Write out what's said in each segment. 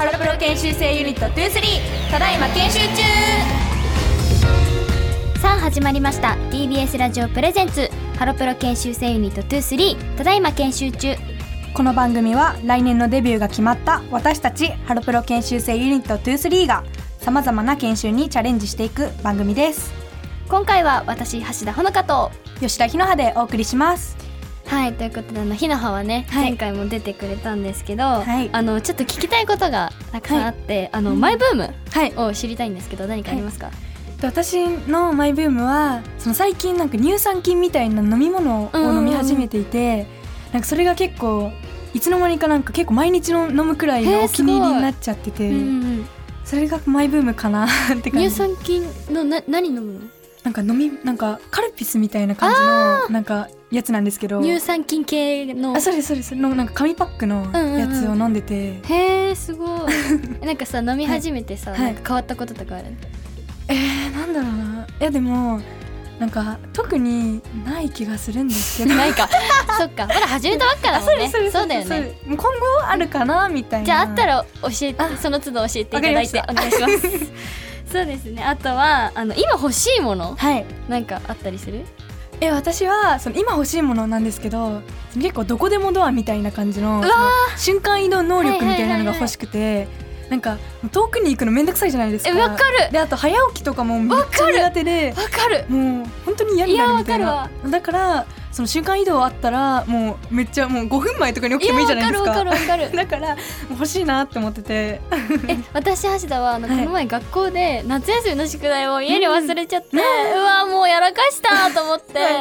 ハロプロ研修生ユニット23ただいま研修中。 さあ始まりました TBS ラジオプレゼンツハロプロ研修生ユニット23ただいま研修中。 この番組は来年のデビューが決まった私たちハロプロ研修生ユニット23がさまざまな研修にチャレンジしていく番組です。 今回は私橋田ほのかと吉田ひのはでお送りします。 はい、ということでひのははね、 はい、 前回も出てくれたんですけど、 はい、 ちょっと聞きたいことがたくさんあって、はい、マイブームを知りたいんですけど、何かありますか？ 私のマイブームはその最近なんか乳酸菌みたいな飲み物を飲み始めていて、なんかそれが結構いつの間にかなんか結構毎日の飲むくらいのお気に入りになっちゃってて、それがマイブームかなって感じ。 乳酸菌の何飲むの？ なんかカルピスみたいな感じのなんかやつなんですけど、 乳酸菌系のそうですのなんか紙パックのやつを飲んでて、 へーすごいなんかさ飲み始めてさ、なんか変わったこととかある？ なんだろうな。いやでもなんか特にない気がするんですけどないかそっかまだ始めたばっかだもんね。そうだよね。 今後あるかなみたいな。 じゃああったらその都度教えていただいてお願いしますそうですね。あとは今欲しいもの、はい、なんかあったりする？ 私はその今欲しいものなんですけど、結構どこでもドアみたいな感じの、その瞬間移動能力みたいなのが欲しくて、なんか遠くに行くのめんどくさいじゃないですか。 わかる。 であと早起きとかもめっちゃ苦手で、 わかる。 もう本当に嫌になるみたいな。 いやわかるわ。 だからその瞬間移動あったらもうめっちゃもう5分前とかに起きてもいいじゃないですか。 わかるだから欲しいなって思ってて私橋田はこの前学校で夏休みの宿題を家に忘れちゃって、うわもうやらかしたと思って、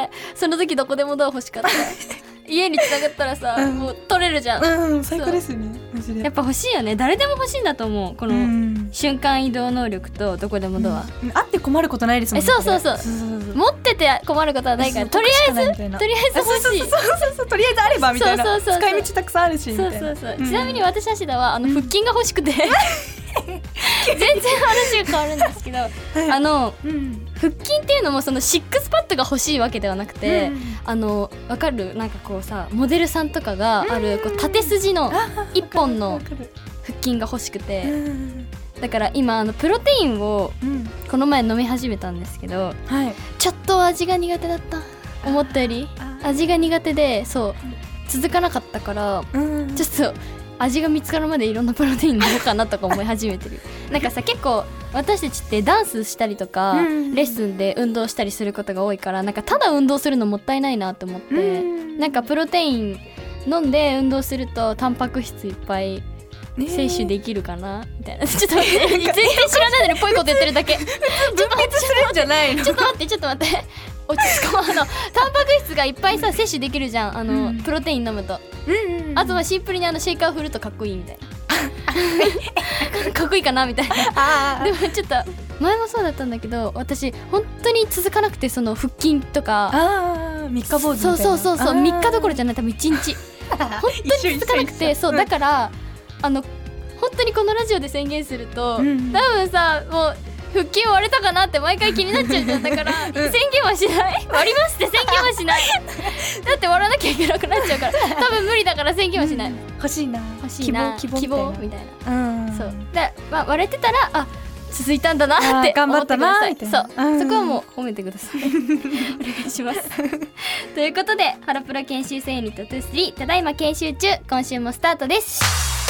その時どこでもドア欲しかった家に繋がったらさ、もう取れるじゃん。 最高ですよね。 やっぱ欲しいよね。誰でも欲しいんだと思う。この瞬間移動能力とどこでもドア、 あって困ることないですもんね。 そう持ってて困ることはないから、とりあえず欲しい。 そうとりあえずあればみたいな。使い道たくさんあるしみたいな。 ちなみに私橋田は腹筋が欲しくて全然話が変わるんですけど、腹筋っていうのもそのシックスパッドが欲しいわけではなくて、わかる？なんかこうさモデルさんとかがあるこう縦筋の一本の腹筋が欲しくて、だから今プロテインをこの前飲み始めたんですけど、ちょっと味が苦手だった。思ったより味が苦手で、そう続かなかったから、ちょっと味が見つかるまでいろんなプロテイン飲もうかなとか思い始めてるなんかさ結構私たちってダンスしたりとか、レッスンで運動したりすることが多いから、なんかただ運動するのもったいないなと思って、なんかプロテイン飲んで運動するとタンパク質いっぱい摂取できるかなみたいな。ちょっと待って全然知らないのにぽいこと言ってるだけ分泌するんじゃないの。ちょっと待って落ち着こう。タンパク質がいっぱいさ摂取できるじゃん、プロテイン飲むと、あとはシンプルにシェイカー振るとかっこいいみたいなかっこいいかなみたいなでもちょっと前もそうだったんだけど、私本当に続かなくて、その腹筋とか三日坊主みたいな。 そう3日どころじゃない、多分1日本当に続かなくて、そうだから本当にこのラジオで宣言すると、多分さもう腹筋割れたかなって毎回気になっちゃうじゃん。だから宣言はしない、割りますって宣言はしないだって割らなきゃいけなくなっちゃうから多分無理だから宣言はしない、 欲しいな希望みたいな、そうで、割れてたら続いたんだなって思ってください。そこはもう褒めてくださいお願いしますということでハロプロ研修生ユニット23ただいま研修中、今週もスタートです。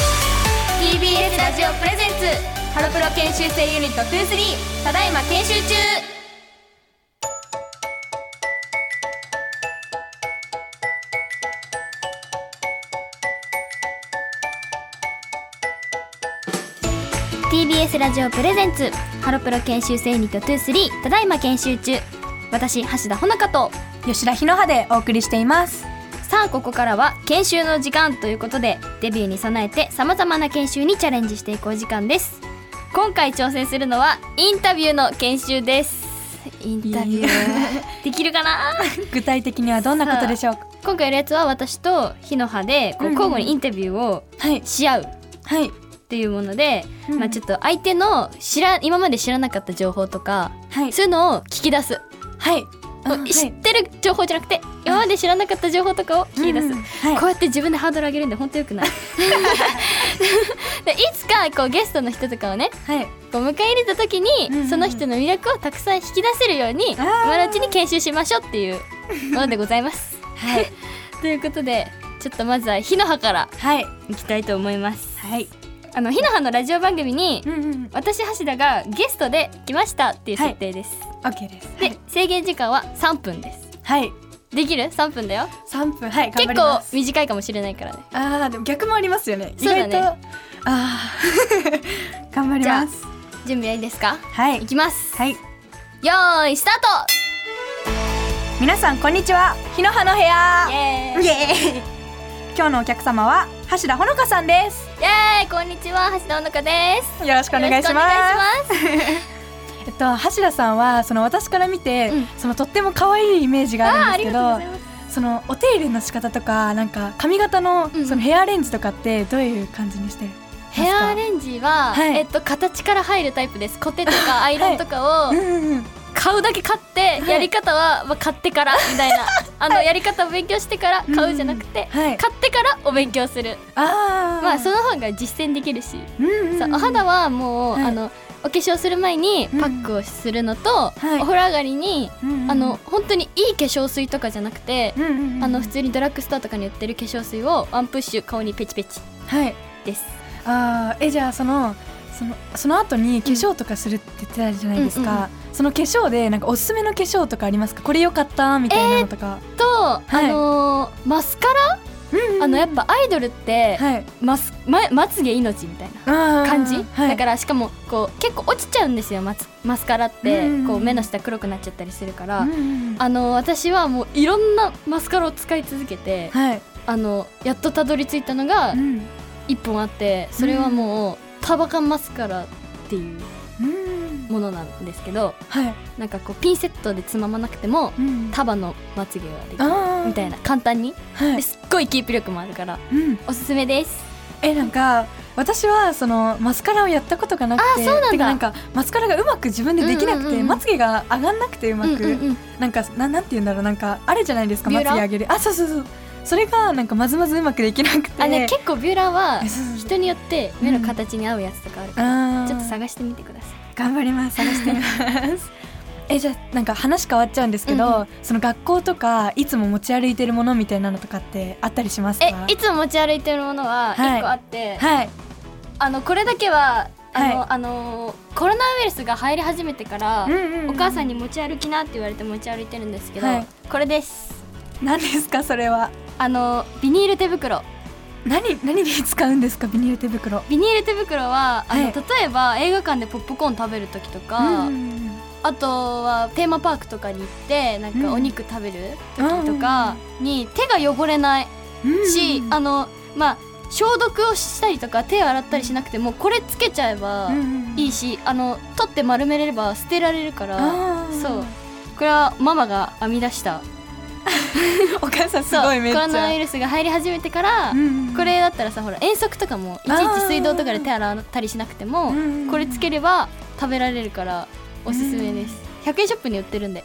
TBS ラジオプレゼンツハロプロ研修生ユニット23ただいま研修中。TBS ラジオプレゼンツハロプロ研修生ユニット23ただいま研修中、私橋田ほのかと吉田ひのはでお送りしています。 さあここからは研修の時間ということで、デビューに備えてさまざまな研修にチャレンジしていくお時間です。今回挑戦するのはインタビューの研修です。インタビューできるかな具体的にはどんなことでしょうか？ 今回やるやつは私とひのはでこう交互にインタビューをし合う、っていうもので、ちょっと相手の今まで知らなかった情報とか、そういうのを聞き出す。知ってる情報じゃなくて今まで知らなかった情報とかを聞き出す、こうやって自分でハードル上げるんで本当よくないでいつかこうゲストの人とかをねはいこう迎え入れた時に、その人の魅力をたくさん引き出せるように今のうちに研修しましょうっていうものでございますはいということでちょっとまずは火の葉からはいいきたいと思います。 はい火の葉のラジオ番組に、私橋田がゲストで来ましたっていう設定です。 OK です。 で、制限時間は3分です。 はいできる ?3 分だよ。 3分はい頑張結構ります。 短いかもしれないからね。 でも逆もありますよね。 そうだね意外と頑張ります。 準備はいいですか？ はいいきます。 はいよーいスター皆さんこんにちは。火の葉の部屋ト。イエーイイエーイ今日のお客様は橋田ほのかさんです。 イエーイこんにちは橋田ほのかです。 よろしくお願いします。 よろしくお願いします。 橋田さんはその私から見て、そのとっても可愛いイメージがあるんですけど、そのお手入れの仕方とかなんか髪型のそのヘアアレンジとかってどういう感じにしてる？ ヘアアレンジは、 はい形から入るタイプです。コテとかアイロンとかを買うだけ買って、やり方は、買ってからみたいなやり方を勉強してから買うじゃなくて、買ってからお勉強する。その方が実践できるし、お肌はもう、お化粧する前にパックをするのと、お風呂上がりに、本当にいい化粧水とかじゃなくて、普通にドラッグストアとかに売ってる化粧水をワンプッシュ顔にペチペチです。 じゃあその後に化粧とかするって言ってたじゃないですか。その化粧でなんかおすすめの化粧とかありますか？これ良かったみたいなのとか。 マスカラ、やっぱアイドルって、まつげ命みたいな感じ、だからしかもこう結構落ちちゃうんですよ。マスカラってこう目の下黒くなっちゃったりするから、私はもういろんなマスカラを使い続けて、やっとたどり着いたのが1本あって、それはもうタバカンマスカラっていうものなんですけど、なんかこうピンセットでつままなくても束のまつげができるみたいな、簡単に、ですっごいキープ力もあるから、おすすめです。 なんか私はそのマスカラをやったことがなくて、てかなんかマスカラがうまく自分でできなくて、まつげが上がんなくてうまく、なんかなんて言うんだろう、なんかあれじゃないですか、まつげ上げる、そうそれがなんかまずまずうまくできなくて、 結構ビューラーは人によって目の形に合うやつとかあるから、ちょっと探してみてください。 頑張ります。探してみますじゃあなんか話変わっちゃうんですけど、その学校とかいつも持ち歩いてるものみたいなのとかってあったりしますか？ いつも持ち歩いてるものは1個あって、これだけはコロナウイルスが入り始めてから、お母さんに持ち歩きなって言われて持ち歩いてるんですけど、これです。 何ですかそれは？ ビニール手袋。 何に使うんですか？ビニール手袋。 ビニール手袋は例えば映画館でポップコーン食べる時とか、あとはテーマパークとかに行ってなんかお肉食べる時とかに手が汚れないし、消毒をしたりとか手を洗ったりしなくてもこれつけちゃえばいいし、取って丸めれば捨てられるから、そうこれはママが編み出したお母さんすごいめっちゃ。 コロナウイルスが入り始めてから、これだったらさ、ほら遠足とかもいちいち水道とかで手洗ったりしなくても、これつければ食べられるからおすすめです。100円ショップに売ってるんで。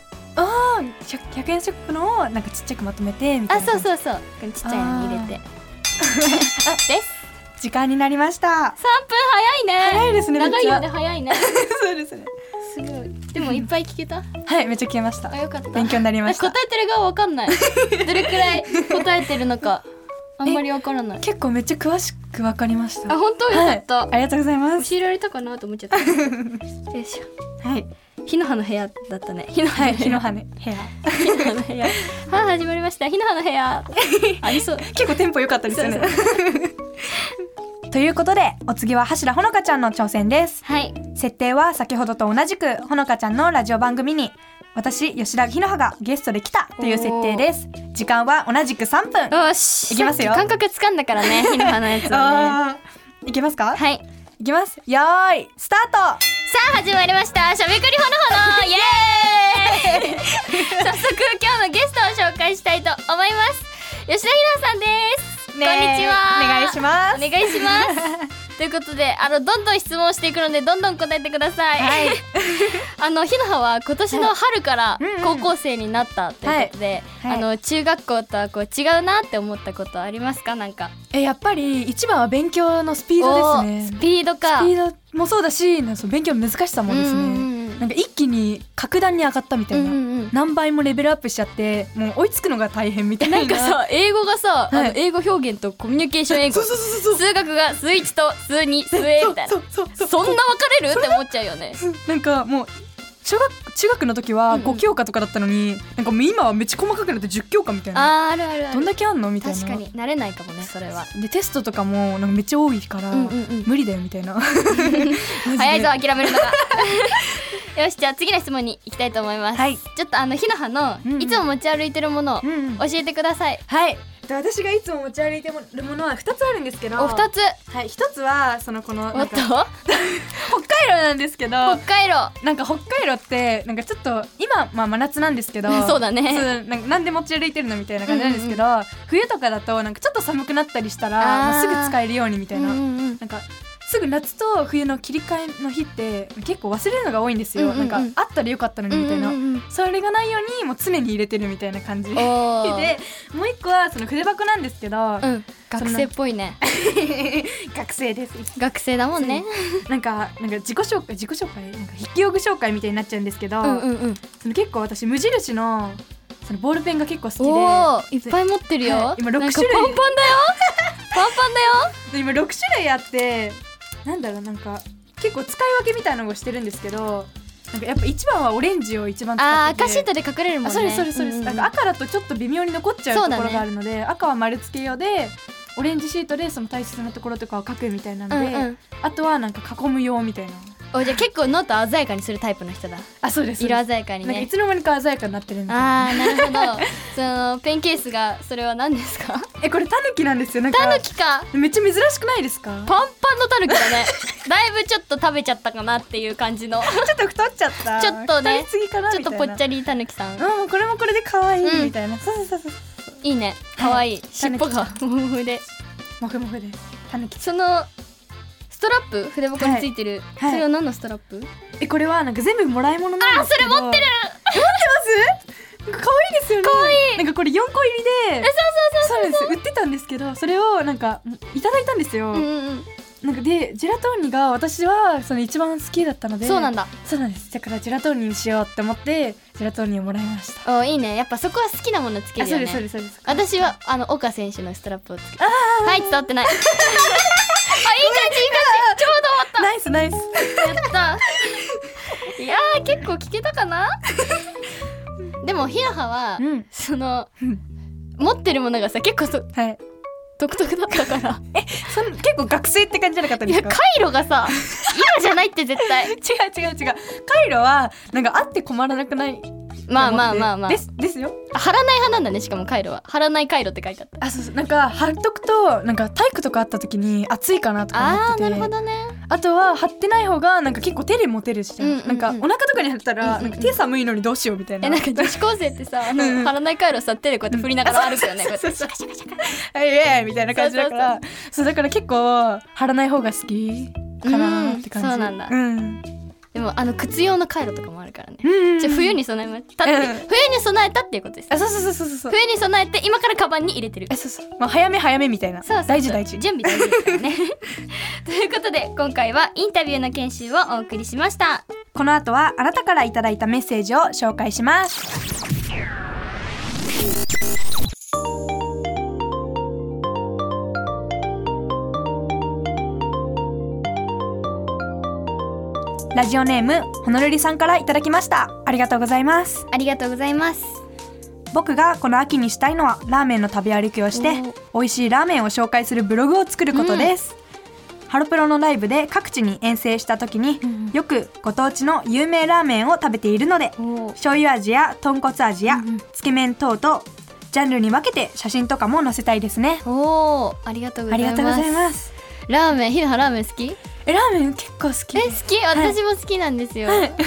100円ショップのをなんかちっちゃくまとめてみたいな。 そうちっちゃいのに入れてです。 時間になりました。3分早いね。 早いですね。 長いよね。早いねそうですね。 すごい。でもいっぱい聞けた？ めっちゃ聞けました。 よかった。 勉強になりました。 答えてる側わかんないどれくらい答えてるのかあんまりわからない。 結構めっちゃ詳しくわかりました。 本当？よかった、 ありがとうございます。 教えられたかなと思っちゃったよいしょ。火の葉の部屋だったね。火の葉の部屋始まりました。火の葉の部屋ありそう。 結構テンポ良かったですよね。ということでお次は橋田ほのかちゃんの挑戦です。設定は先ほどと同じくほのかちゃんのラジオ番組に私吉田ひのはがゲストで来たという設定です。時間は同じく3分。 よし、 いきますよ。 感覚つかんだからねひのはのやつはねいけますか？いきます。よーいスタート。 さあ始まりました。しゃべくりほのほのイエーイ早速今日のゲストを紹介したいと思います。吉田ひなさんです。 こんにちは。お願いします。 お願いしますということでどんどん質問していくのでどんどん答えてください。 はいひなはは今年の春から高校生になったということで、中学校とはこう違うなって思ったことありますか？なんかやっぱり一番は勉強のスピードですね。 スピードか。 スピードもそうだし、その勉強の難しさもですね。なんか一気に格段に上がったみたいな、何倍もレベルアップしちゃってもう追いつくのが大変みたいな。 なんかさ英語がさ、英語表現とコミュニケーション英語、数学が数1と数2数 A みたいな、そんな分かれるって思っちゃうよね。 なんかもう中学の時は5教科とかだったのに、なんかもう今はめっちゃ細かくなって10教科みたいな。 あるあるある。 どんだけあんのみたいな。 確かに慣れないかもねそれは。 でテストとかもなんかめっちゃ多いから、無理だよみたいな。 早いぞ諦めるのが。よしじゃあ次の質問に行きたいと思います。ちょっとひなはのいつも持ち歩いてるものを教えてください。 はい。私がいつも持ち歩いてるものは2つあるんですけど。 お2つ。 はい。1つはこのなんか北海道なんですけど。 北海道。 なんか北海道ってなんかちょっと今真夏なんですけど。 そうだね。 なんで持ち歩いてるのみたいな感じなんですけど、冬とかだとなんかちょっと寒くなったりしたらすぐ使えるようにみたいな。なんかすぐ夏と冬の切り替えの日って結構忘れるのが多いんですよ。なんかあったらよかったのにみたいな、それがないようにもう常に入れてるみたいな感じで、もう一個は筆箱なんですけど、 学生っぽいね。 学生です。 学生だもんね。 なんか自己紹介なんか筆記用具紹介みたいになっちゃうんですけど、結構私無印のボールペンが結構好きで、 いっぱい持ってるよ。 今6種類。パンパンだよ。 パンパンだよ。 今6種類あって、なんだろう、なんか結構使い分けみたいなのをしてるんですけど、なんかやっぱ一番はオレンジを一番使ってて、 赤シートで隠れるもんね。 そうです。なんか赤だとちょっと微妙に残っちゃうところがあるので、赤は丸付け用でオレンジシートでその大切なところとかを書くみたいなので、あとはなんか囲む用みたいな。 じゃあ結構ノート鮮やかにするタイプの人だ。 そうです。 色鮮やかにね。 なんかいつの間にか鮮やかになってるんで。 なるほど。そのペンケースがそれは何ですか？ これタヌキなんですよ。なんかタヌキか。 めっちゃ珍しくないですか？ パンパンのタヌキだね。だいぶちょっと食べちゃったかなっていう感じの。ちょっと太っちゃった。 ちょっとね。 太りすぎかなみたいな。 ちょっとぽっちゃりタヌキさん。 これもこれで可愛いみたいな。そう。 いいね。可愛い。尻尾がモフモフで。 モフモフで。タヌキ。 そのストラップ筆箱についてる、それは何のストラップ？ これはなんか全部もらい物なんですけど。 それ持ってる。 持ってます？可愛いですよね。 可愛い。 なんかこれ4個入りで。そうです。売ってたんですけど、それをなんかいただいたんですよ。なんかでジェラトーニが私は一番好きだったので。そうなんです。だからジェラトーニにしようって思ってジェラトーニをもらいました。 いいね。やっぱそこは好きなものつけるよね。 そうです。 私は岡選手のストラップをつけて。はい、伝わってない。いい感じ。ちょうど終わった。 ナイス。 やった。いやー結構聞けたかな。でもひなはは持ってるものがさ結構独特だったから。 結構学生って感じじゃなかったですか？ いやカイロがさ今じゃないって絶対。違う。 カイロはなんかあって困らなくない？ まあですよ。 貼らない派なんだね。しかもカイロは貼らないカイロって書いてあった。 そうなんか貼っとくとなんか体育とかあった時に暑いかなとか思ってて。 なるほどね。 あとは貼ってない方がなんか結構手で持てるし、なんかお腹とかに貼ったらなんか手寒いのにどうしようみたいな。 なんか女子高生ってさ貼らないカイロさ手でこうやって振りながら歩くよね。 はいみたいな感じだから、だから結構貼らない方が好きかなって感じ。 そうなんだ。でも靴用のカイロとかもあるからね。じゃあ冬に備えましたって、冬に備えたっていうことです。 そう。 冬に備えて今からカバンに入れてる。 早めみたいな。大事。 準備大事ですからね。ということで今回はインタビューの研修をお送りしました。 この後はあなたからいただいたメッセージを紹介します。ラジオネームホノルリさんからいただきました。ありがとうございます。 ありがとうございます。 僕がこの秋にしたいのはラーメンの食べ歩きをして美味しいラーメンを紹介するブログを作ることです。ハロプロのライブで各地に遠征した時によくご当地の有名ラーメンを食べているので、醤油味や豚骨味やつけ麺等々ジャンルに分けて写真とかも載せたいですね。 ありがとうございます。 ありがとうございます。 ラーメン、ひなはラーメン好き？ ラーメン結構好きで好き、私も好きなんですよ、 なんか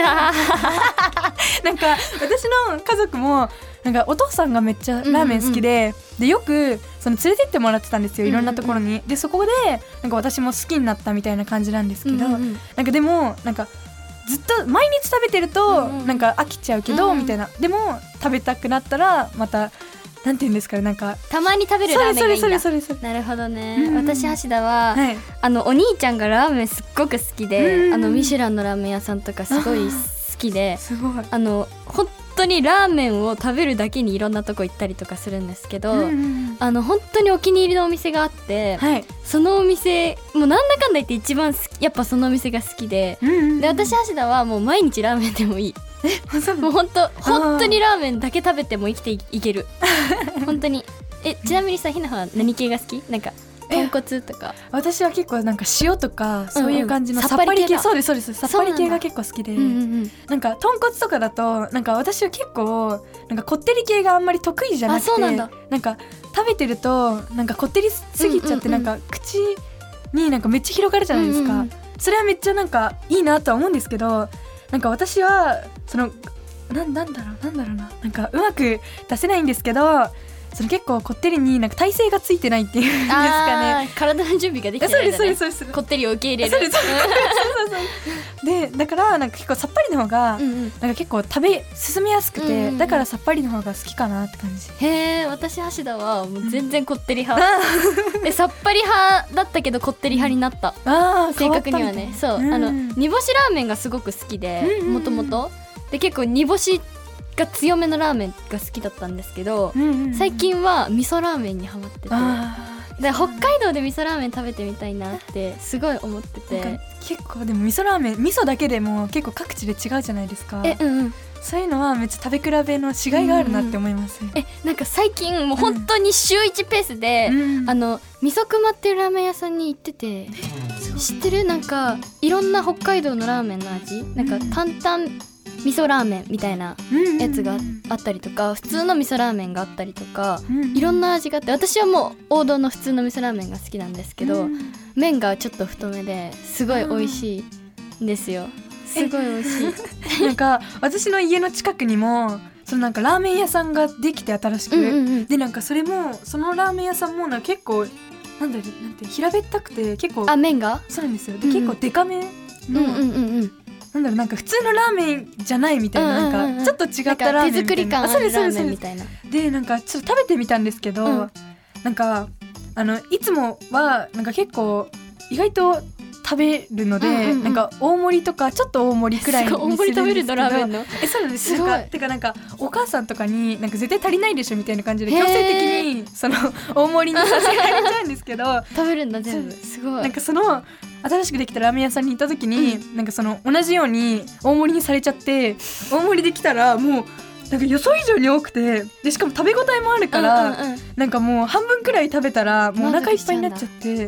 私の家族もなんかお父さんがめっちゃラーメン好きで、でよくその連れてってもらってたんですよ、いろんなところに。でそこでなんか私も好きになったみたいな感じなんですけど、なんかでもなんかずっと毎日食べてるとなんか飽きちゃうけど、みたいな。でも食べたくなったらまたなんていうんですかね、なんかたまに食べるラーメンがいいんだ。 それなるほどね、私橋田は、 はい、 お兄ちゃんがラーメンすっごく好きで、ミシュランのラーメン屋さんとかすごい好きで、 すごい本当にラーメンを食べるだけにいろんなとこ行ったりとかするんですけど、本当にお気に入りのお店があって、はい、そのお店もうなんだかんだ言って一番やっぱそのお店が好きで、で私橋田はもう毎日ラーメンでもいい。もう本当にラーメンだけ食べても生きていける本当に。ちなみにさ、ひなは何系が好き？なんか豚骨とか。私は結構なんか塩とかそういう感じのさっぱり系。そうですさっぱり系が結構好きで、なんか豚骨とかだとなんか私は結構なんかこってり系があんまり得意じゃなくて、なんか食べてるとなんかこってりすぎちゃって、なんか口になんかめっちゃ広がるじゃないですか。それはめっちゃなんかいいなとは思うんですけど、なんか私はそのなんだろうな、なんかうまく出せないんですけど、その結構こってりになんか体勢がついてないっていうんですかね。体の準備ができてないんだね。そうこってりを受け入れる。でだからなんか結構さっぱりの方がなんか結構食べ進みやすくて、だからさっぱりの方が好きかなって感じ。へえ、私橋田はもう全然こってり派。さっぱり派だったけどこってり派になった。正確にはね、そう煮干しラーメンがすごく好きで、もともとで結構煮干しが強めのラーメンが好きだったんですけど、最近は味噌ラーメンにハマってて、で北海道で味噌ラーメン食べてみたいなってすごい思ってて。結構でも味噌ラーメン、味噌だけでも結構各地で違うじゃないですか。そういうのはめっちゃ食べ比べの違いがあるなって思います。なんか最近もう本当に週1ペースで、味噌熊っていうラーメン屋さんに行ってて、知ってる？なんかいろんな北海道のラーメンの味、なんか担々味噌ラーメンみたいなやつがあったりとか、普通の味噌ラーメンがあったりとか、いろんな味があって、私はもう王道の普通の味噌ラーメンが好きなんですけど、麺がちょっと太めですごい美味しいんですよ。すごい美味しい。なんか私の家の近くにもそのなんかラーメン屋さんができて新しく、でなんかそれもそのラーメン屋さんもなんか結構なんて平べったくて、結構麺がそうなんですよ。で結構デカめのなんか普通のラーメンじゃないみたいな、なんかちょっと違ったラーメンみたいな、手作り感あるラーメンみたいな。でなんかちょっと食べてみたんですけど、なんかいつもはなんか結構意外と食べるので、なんか大盛りとかちょっと大盛りくらいにするんですけど、大盛り食べるのラーメンのそうなんです。すごい。てかなんかお母さんとかになんか絶対足りないでしょみたいな感じで強制的にその大盛りにさせられちゃうんですけど食べるんだ全部。すごい。なんかその新しくできたラーメン屋さんに行った時に、なんかその同じように大盛りにされちゃって、大盛りできたらもうなんか予想以上に多くて、でしかも食べ応えもあるから、なんかもう半分くらい食べたらもうお腹いっぱいになっちゃって、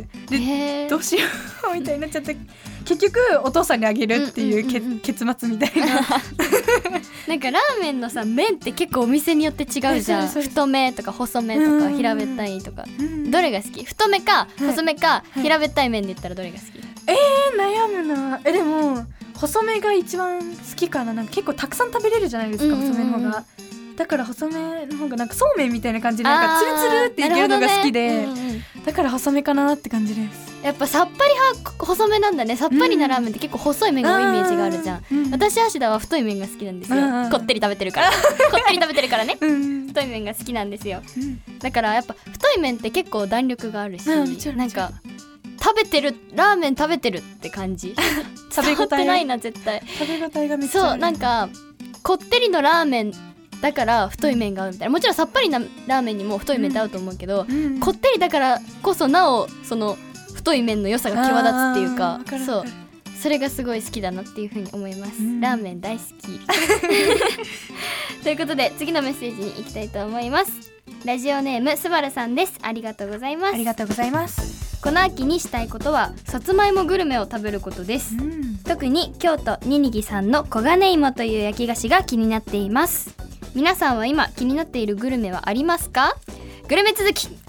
でどうしようみたいになっちゃって、結局お父さんにあげるっていう結末みたいな。なんかラーメンのさ麺って結構お店によって違うじゃん。太めとか細めとか平べったいとか、どれが好き？太めか細めか平べったい麺で言ったらどれが好き？悩むな。でも細めが一番好きかな。なんか結構たくさん食べれるじゃないですか、細めの方が。だから細めの方がなんかそうめんみたいな感じでなんかツルツルっていけるのが好きで、だから細めかなって感じです。やっぱさっぱり派細めなんだね。さっぱりなラーメンって結構細い麺が多いイメージがあるじゃん。私橋田は太い麺が好きなんですよ。こってり食べてるからこってり食べてるからね。太い麺が好きなんですよ。だからやっぱ太い麺って結構弾力があるし、なんか食べてるラーメン食べてるって感じ。伝わってないな絶対。食べ応えがめっちゃある。そう、なんかこってりのラーメンだから太い麺が合うみたいな。もちろんさっぱりなラーメンにも太い麺って合うと思うけど、こってりだからこそなおその太い麺の良さが際立つっていうか、そう、それがすごい好きだなっていう風に思います。ラーメン大好き。ということで次のメッセージに行きたいと思います。ラジオネームすばるさんです。ありがとうございます。ありがとうございます。この秋にしたいことはさつまいもグルメを食べることです。特に京都ににぎさんの黄金芋という焼き菓子が気になっています。皆さんは今気になっているグルメはありますか？グルメ続き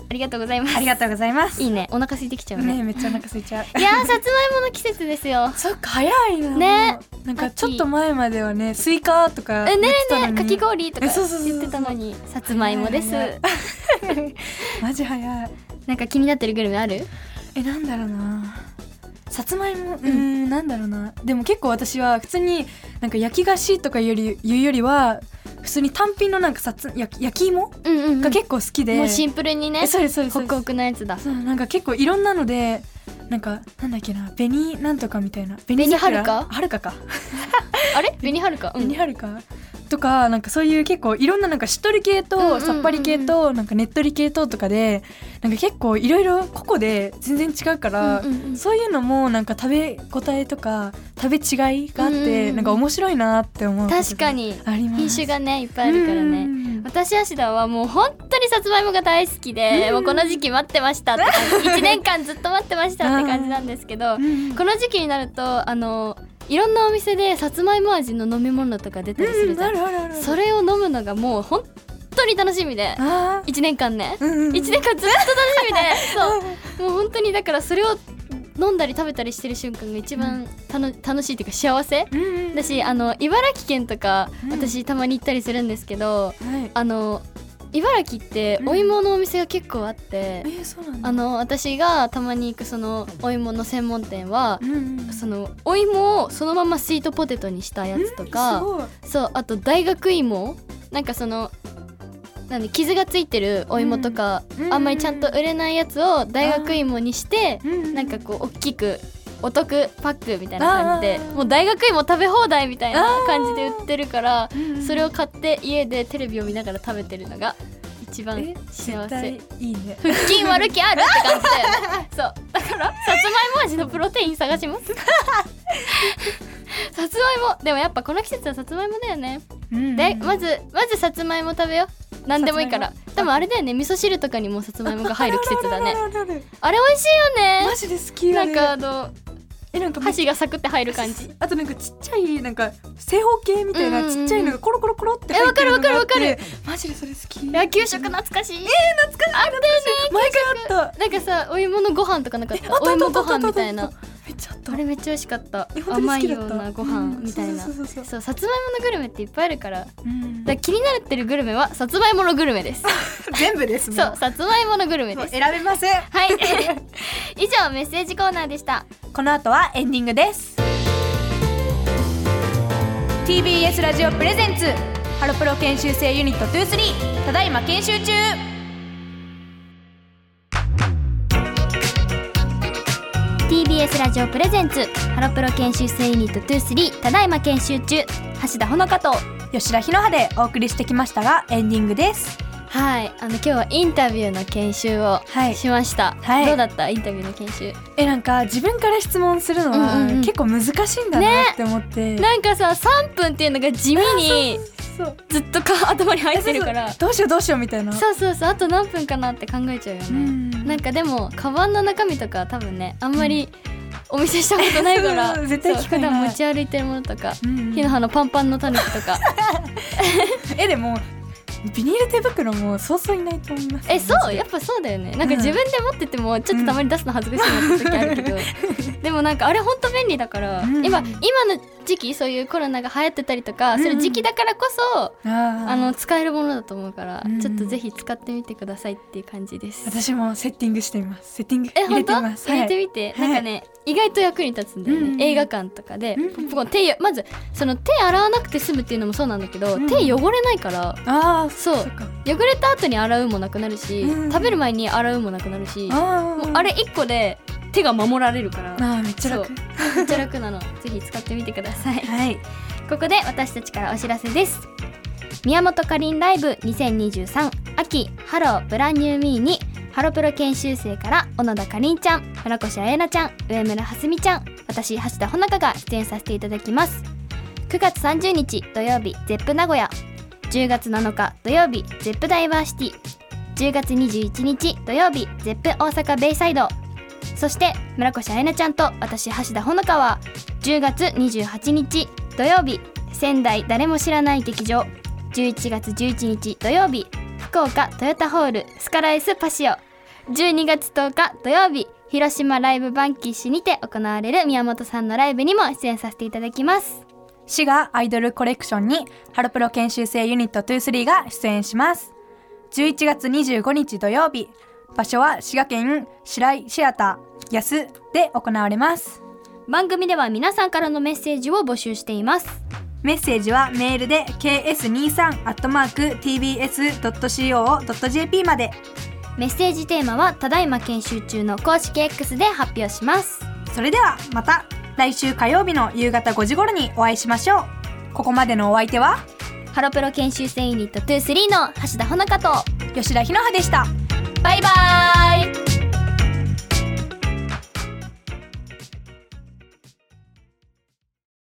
ありがとうございます。 ありがとうございます。 いいね、お腹空いてきちゃうね。 ねめっちゃお腹空いちゃう。 いやー、さつまいもの季節ですよ。 そっか早いな。 ねもうなんかちょっと前まではねスイカとか言ってたのにかき氷とかそうそうそうそう言ってたのに、さつまいもです。 マジ早い。 なんか気になってるグルメある？ なんだろうな、さつまいもなんだろうな。でも結構私は普通になんか焼き菓子とか言うよりは普通に単品のなんか焼き芋が結構好きで、 もうシンプルにね、 そうですそうですホクホクなやつだ。 そうなんか結構いろんなのでなんかなんだっけな、紅なんとかみたいな、 紅はるかはるかかあれ紅はるか、 紅はるかとか、なんかそういう結構いろんななんかしっとり系とさっぱり系となんかねっとり系ととかでなんか結構いろいろ個々で全然違うから、そういうのもなんか食べ応えとか食べ違いがあってなんか面白いなって思う。 確かにあります。 品種がねいっぱいあるからね。私芦田はもう本当にさつまいもが大好きで、もうこの時期待ってましたって感じ1年間ずっと待ってましたって感じなんですけど、この時期になるといろんなお店でさつまいも味の飲み物とか出たりするじゃん。それを飲むのがもう本当に楽しみで、1年間ね、1年間ずっと楽しみでそうもう本当にだからそれを飲んだり食べたりしてる瞬間が一番楽しいっていうか幸せだし、茨城県とか私たまに行ったりするんですけど、茨城ってお芋のお店が結構あって、私がたまに行くそのお芋の専門店は、そのお芋をそのままスイートポテトにしたやつとか、そうあと大学芋なんかそのなんで傷がついてるお芋とか、あんまりちゃんと売れないやつを大学芋にして、なんかこう大きくお得パックみたいな感じでもう大学芋食べ放題みたいな感じで売ってるから、それを買って家でテレビを見ながら食べてるのが一番幸せ。 いいね。 腹筋割る気あるって感じだよね。そうだからさつまいも味のプロテイン探しますさつまいもでもやっぱこの季節はさつまいもだよね。でまずさつまいも食べよう。何でもいいから。多分あれだよね、味噌汁とかにもさつまいもが入る季節だね。あれ美味しいよね。 マジで好き。 なんかなんか箸がサクって入る感じ。 あとなんかちっちゃいなんか正方形みたいなちっちゃいのがコロコロコロって入ってるのがあって、 わかるマジでそれ好き。 野球食懐かしい。 懐かしい。 あったよね。 毎回あった。 なんかさお芋のご飯とかなかった？お芋ご飯みたいな。 めっちゃあった。 あれめっちゃ美味しかった。甘いようなご飯みたいな。そうさつまいものグルメっていっぱいあるから。だ気になってるグルメはさつまいものグルメです。 全部です。 そうさつまいものグルメです。 選べません。 はい以上メッセージコーナーでした。 この後はエンディングです。 TBS ラジオプレゼンツハロプロ研修生ユニット23ただいま研修中。 TBS ラジオプレゼンツハロプロ研修生ユニット23ただいま研修中、橋田ほのかと吉田ひのはでお送りしてきましたがエンディングです。 はい、今日はインタビューの研修をしました、どうだったインタビューの研修？ なんか自分から質問するのは結構難しいんだなって思って、 なんかさ3分っていうのが地味にずっと頭に入ってるからどうしようみたいな。 そうあと何分かなって考えちゃうよね。なんかでもカバンの中身とか多分ねあんまりお見せしたことないから絶対聞かない。 普段持ち歩いてるものとか、火の花パンパンのタヌキとかでもビニール手袋もそうそういないと思います。 そうやっぱそうだよね。なんか自分で持っててもちょっとたまに出すの恥ずかしいなって時あるけど、でもなんかあれほんと便利だから、今の時期そういうコロナが流行ってたりとかする時期だからこそ、使えるものだと思うから、ちょっとぜひ使ってみてくださいっていう感じです。 私もセッティングしてみます。セッティング入れてみます。 入れてみて、なんかね意外と役に立つんだよね。映画館とかでポップコーンまずその手洗わなくて済むっていうのもそうなんだけど、手汚れないから、そう汚れた後に洗うもなくなるし、食べる前に洗うもなくなるし、もうあれ1個で手が守られるから、 めっちゃ楽。 めっちゃ楽なの。ぜひ使ってみてください。ここで私たちからお知らせです。宮本かりんライブ2023秋ハローブランニューミーにハロプロ研修生から小野田かりんちゃん、村越彩菜ちゃん、上村はすみちゃん、私橋田ほのかが出演させていただきます。9月30日土曜日ゼップ名古屋、10月7日土曜日ゼップダイバーシティ、10月21日土曜日ゼップ大阪ベイサイド、そして村越彩菜ちゃんと私橋田ほのかは10月28日土曜日仙台誰も知らない劇場、11月11日土曜日福岡トヨタホールスカライスパシオ、 12月10日土曜日広島ライブバンキッシュにて行われる宮本さんのライブにも出演させていただきます。 滋賀アイドルコレクションにハロプロ研修生ユニット23が出演します。11月25日土曜日、場所は滋賀県白井シアター安で行われます。 番組では皆さんからのメッセージを募集しています。 メッセージはメールで ks23@tbs.co.jp まで。 メッセージテーマはただいま研修中の公式 X で発表します。 それではまた来週火曜日の夕方5時頃にお会いしましょう。ここまでのお相手はハロプロ研修生ユニット23の橋田穂香と吉田ひのはでした。 バイバーイ。